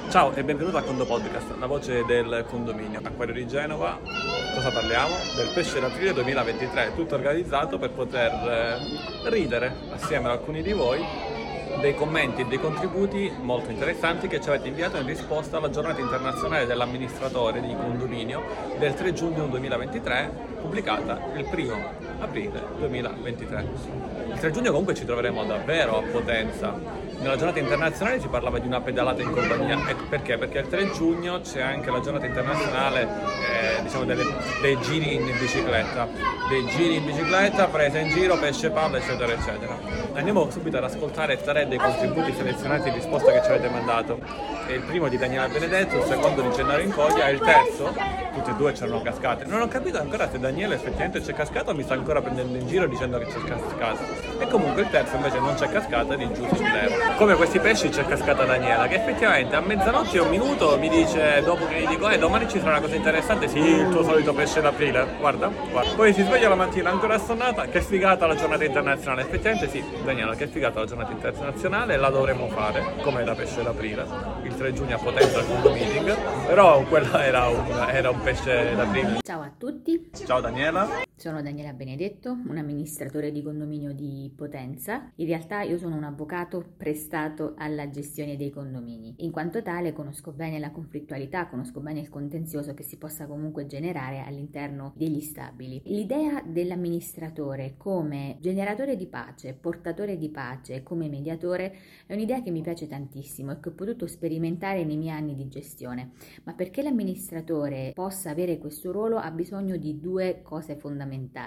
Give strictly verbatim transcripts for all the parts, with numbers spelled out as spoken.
Ciao e benvenuto a Condo Podcast, la voce del condominio Acquario di Genova. Cosa parliamo? Del pesce d'aprile duemilaventitré, tutto organizzato per poter eh, ridere assieme ad alcuni di voi dei commenti e dei contributi molto interessanti che ci avete inviato in risposta alla giornata internazionale dell'amministratore di condominio del tre giugno duemilaventitré, pubblicata il primo aprile duemilaventitré. Il tre giugno comunque ci troveremo davvero a Potenza. Nella giornata internazionale si parlava di una pedalata in compagnia. E perché? Perché il tre giugno c'è anche la giornata internazionale eh, diciamo delle, dei giri in bicicletta, dei giri in bicicletta, presa in giro, pesce palla, eccetera, eccetera. Andiamo subito ad ascoltare tre dei contributi selezionati in risposta che ci avete mandato. Il primo di Daniela Benedetto, il secondo di Gennaro Incoglia e il terzo, tutti e due c'erano cascate. Non ho capito ancora se Daniele effettivamente c'è cascato o mi sta ancora prendendo in giro dicendo che c'è cascata. E comunque il terzo invece non c'è cascata di giù sul Leo. Come questi pesci c'è cascata Daniela, che effettivamente a mezzanotte e un minuto mi dice, dopo che gli dico, eh domani ci sarà una cosa interessante, sì, il tuo solito pesce d'aprile, guarda, guarda. Poi si sveglia la mattina ancora assonnata, che figata la giornata internazionale. Effettivamente sì, Daniela, che figata la giornata internazionale, la dovremmo fare, come da pesce d'aprile, il tre giugno a Potenza al Condo Meeting, però quella era un, era un pesce d'aprile. Ciao a tutti, Ciao Daniela. sono Daniela Benedetto, un amministratore di condominio di Potenza. In realtà io sono un avvocato prestato alla gestione dei condomini. In quanto tale conosco bene la conflittualità, conosco bene il contenzioso che si possa comunque generare all'interno degli stabili. L'idea dell'amministratore come generatore di pace, portatore di pace, come mediatore è un'idea che mi piace tantissimo e che ho potuto sperimentare nei miei anni di gestione. Ma perché l'amministratore possa avere questo ruolo ha bisogno di due cose fondamentali.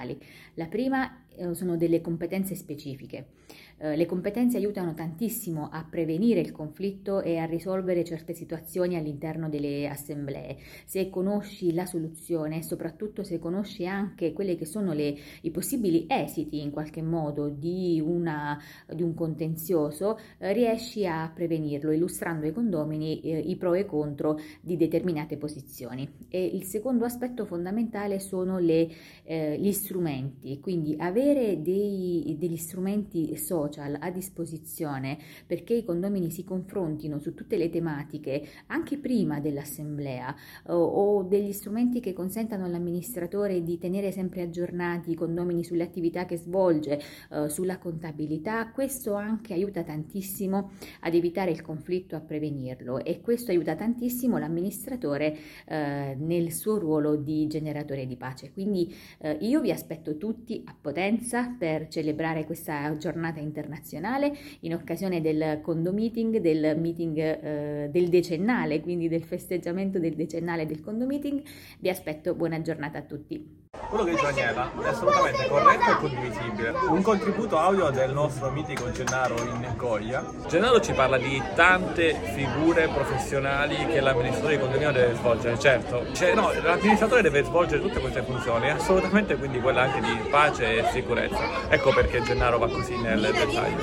La prima eh, sono delle competenze specifiche. Eh, le competenze aiutano tantissimo a prevenire il conflitto e a risolvere certe situazioni all'interno delle assemblee. Se conosci la soluzione e soprattutto se conosci anche quelle che sono le, i possibili esiti in qualche modo di, una, di un contenzioso, eh, riesci a prevenirlo illustrando ai condomini eh, i pro e contro di determinate posizioni. E il secondo aspetto fondamentale sono le, eh, gli strumenti, quindi avere dei, degli strumenti social a disposizione perché i condomini si confrontino su tutte le tematiche anche prima dell'assemblea o, o degli strumenti che consentano all'amministratore di tenere sempre aggiornati i condomini sulle attività che svolge, eh, sulla contabilità. Questo anche aiuta tantissimo ad evitare il conflitto, a prevenirlo, e questo aiuta tantissimo l'amministratore eh, nel suo ruolo di generatore di pace. Quindi eh, io vi aspetto tutti a Potenza per celebrare questa giornata internazionale in occasione del condo meeting, del meeting eh, del decennale, quindi del festeggiamento del decennale del condo meeting. Vi aspetto, buona giornata a tutti. Quello che dice Daniela è assolutamente corretto e condivisibile. Un contributo audio del nostro mitico Gennaro Incoglia. Gennaro ci parla di tante figure professionali che l'amministratore di condominio deve svolgere. Certo, cioè, no, l'amministratore deve svolgere tutte queste funzioni, assolutamente, quindi quella anche di pace e sicurezza. Ecco perché Gennaro va così nel dettaglio.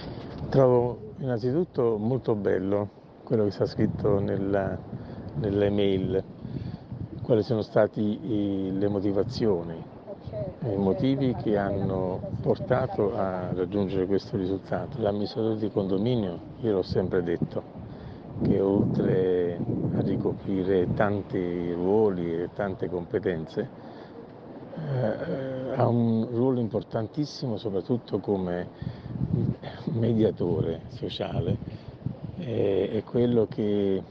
Trovo innanzitutto molto bello quello che sta scritto nella, nelle mail, quali sono state le motivazioni, i motivi che hanno portato a raggiungere questo risultato. L'amministratore di condominio, io l'ho sempre detto, che oltre a ricoprire tanti ruoli e tante competenze, eh, ha un ruolo importantissimo soprattutto come mediatore sociale, eh, è quello che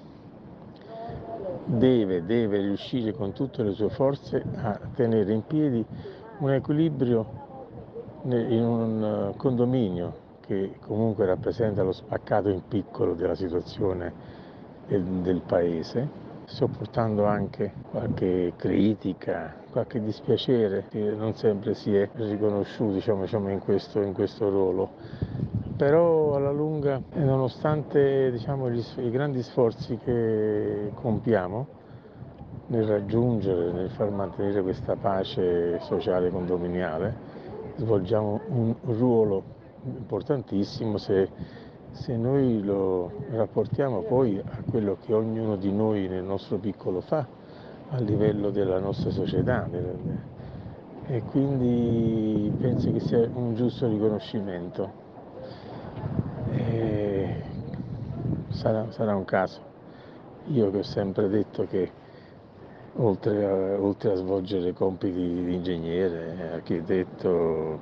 deve, deve riuscire con tutte le sue forze a tenere in piedi un equilibrio in un condominio che comunque rappresenta lo spaccato in piccolo della situazione del, del paese, sopportando anche qualche critica, qualche dispiacere che non sempre si è riconosciuto, diciamo, diciamo in, questo, in questo ruolo. Però alla lunga, nonostante diciamo, gli, i grandi sforzi che compiamo nel raggiungere, nel far mantenere questa pace sociale condominiale, svolgiamo un ruolo importantissimo se, se noi lo rapportiamo poi a quello che ognuno di noi nel nostro piccolo fa a livello della nostra società. E quindi penso che sia un giusto riconoscimento. E sarà, sarà un caso io che ho sempre detto che oltre a, oltre a svolgere compiti di ingegnere, architetto,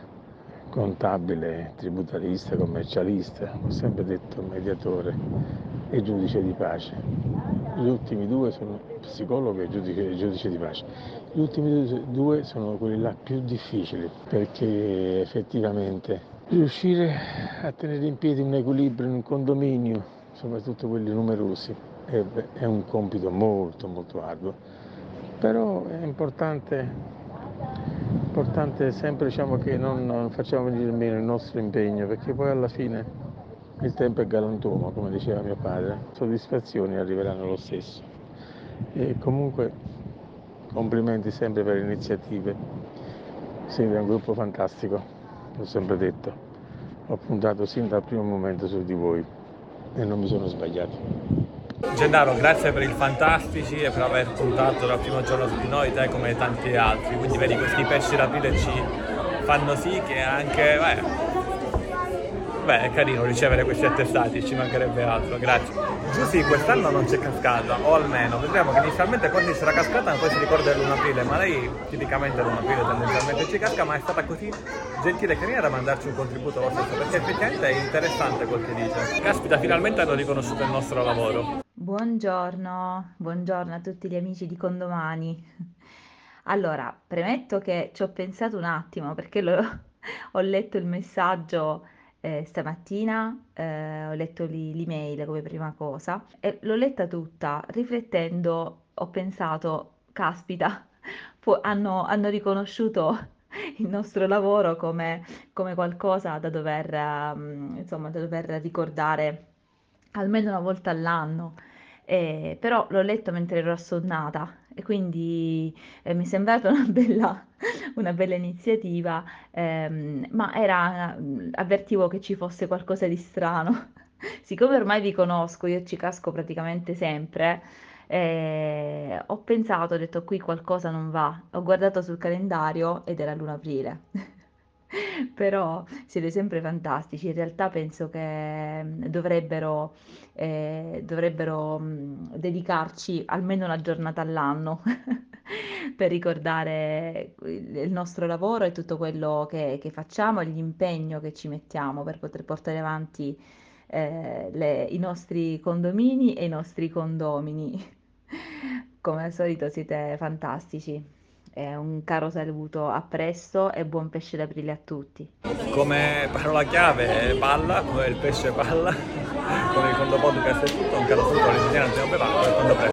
contabile, tributarista, commercialista, ho sempre detto mediatore e giudice di pace. Gli ultimi due sono psicologo e giudice, giudice di pace. Gli ultimi due sono quelli là più difficili, perché effettivamente riuscire a tenere in piedi un equilibrio in un condominio, soprattutto quelli numerosi, è, è un compito molto molto arduo. Però è importante L'importante è sempre, diciamo, che non, non facciamo venire meno il nostro impegno, perché poi alla fine il tempo è galantuomo, come diceva mio padre, soddisfazioni arriveranno lo stesso. E comunque complimenti sempre per le iniziative, siete un gruppo fantastico, l'ho sempre detto, ho puntato sin dal primo momento su di voi e non mi sono sbagliato. Gennaro, grazie per il fantastici e per aver puntato dal primo giorno su di noi, te come tanti altri. Quindi vedi, questi pesci d'aprile ci fanno sì che anche, beh, beh, è carino ricevere questi attestati, ci mancherebbe altro, grazie. Giussi, quest'anno non c'è cascata, o almeno, vedremo che inizialmente quasi c'era cascata, ma poi si ricorda l'primo aprile, ma lei tipicamente l'primo aprile tendenzialmente ci casca, ma è stata così gentile e carina da mandarci un contributo lo stesso, perché effettivamente è interessante quel che dice. Caspita, finalmente hanno riconosciuto il nostro lavoro. Buongiorno, buongiorno a tutti gli amici di Condomani. Allora, premetto che ci ho pensato un attimo perché lo- ho letto il messaggio eh, stamattina, eh, ho letto lì l'email come prima cosa e l'ho letta tutta. Riflettendo, ho pensato, caspita, pu- hanno, hanno riconosciuto il nostro lavoro come, come qualcosa da dover, ehm, insomma, da dover ricordare almeno una volta all'anno. Eh, però l'ho letto mentre ero assonnata e quindi eh, mi è sembrata una bella, una bella iniziativa, ehm, ma era, avvertivo che ci fosse qualcosa di strano. Siccome ormai vi conosco, io ci casco praticamente sempre, eh, ho pensato, ho detto qui qualcosa non va. Ho guardato sul calendario ed era l'primo aprile. Però siete sempre fantastici. In realtà penso che mm, dovrebbero, eh, dovrebbero mm, dedicarci almeno una giornata all'anno per ricordare il il nostro lavoro e tutto quello che, che facciamo e l'impegno che ci mettiamo per poter portare avanti eh, le- i nostri condomini e i nostri condomini. Come al solito siete fantastici. E un caro saluto, a presto e buon pesce d'aprile a tutti. Come parola chiave palla, come il pesce palla, con il fondo podcast è tutto, un caro saluto all'ingegnere Antonio Bevacqua e quando presto.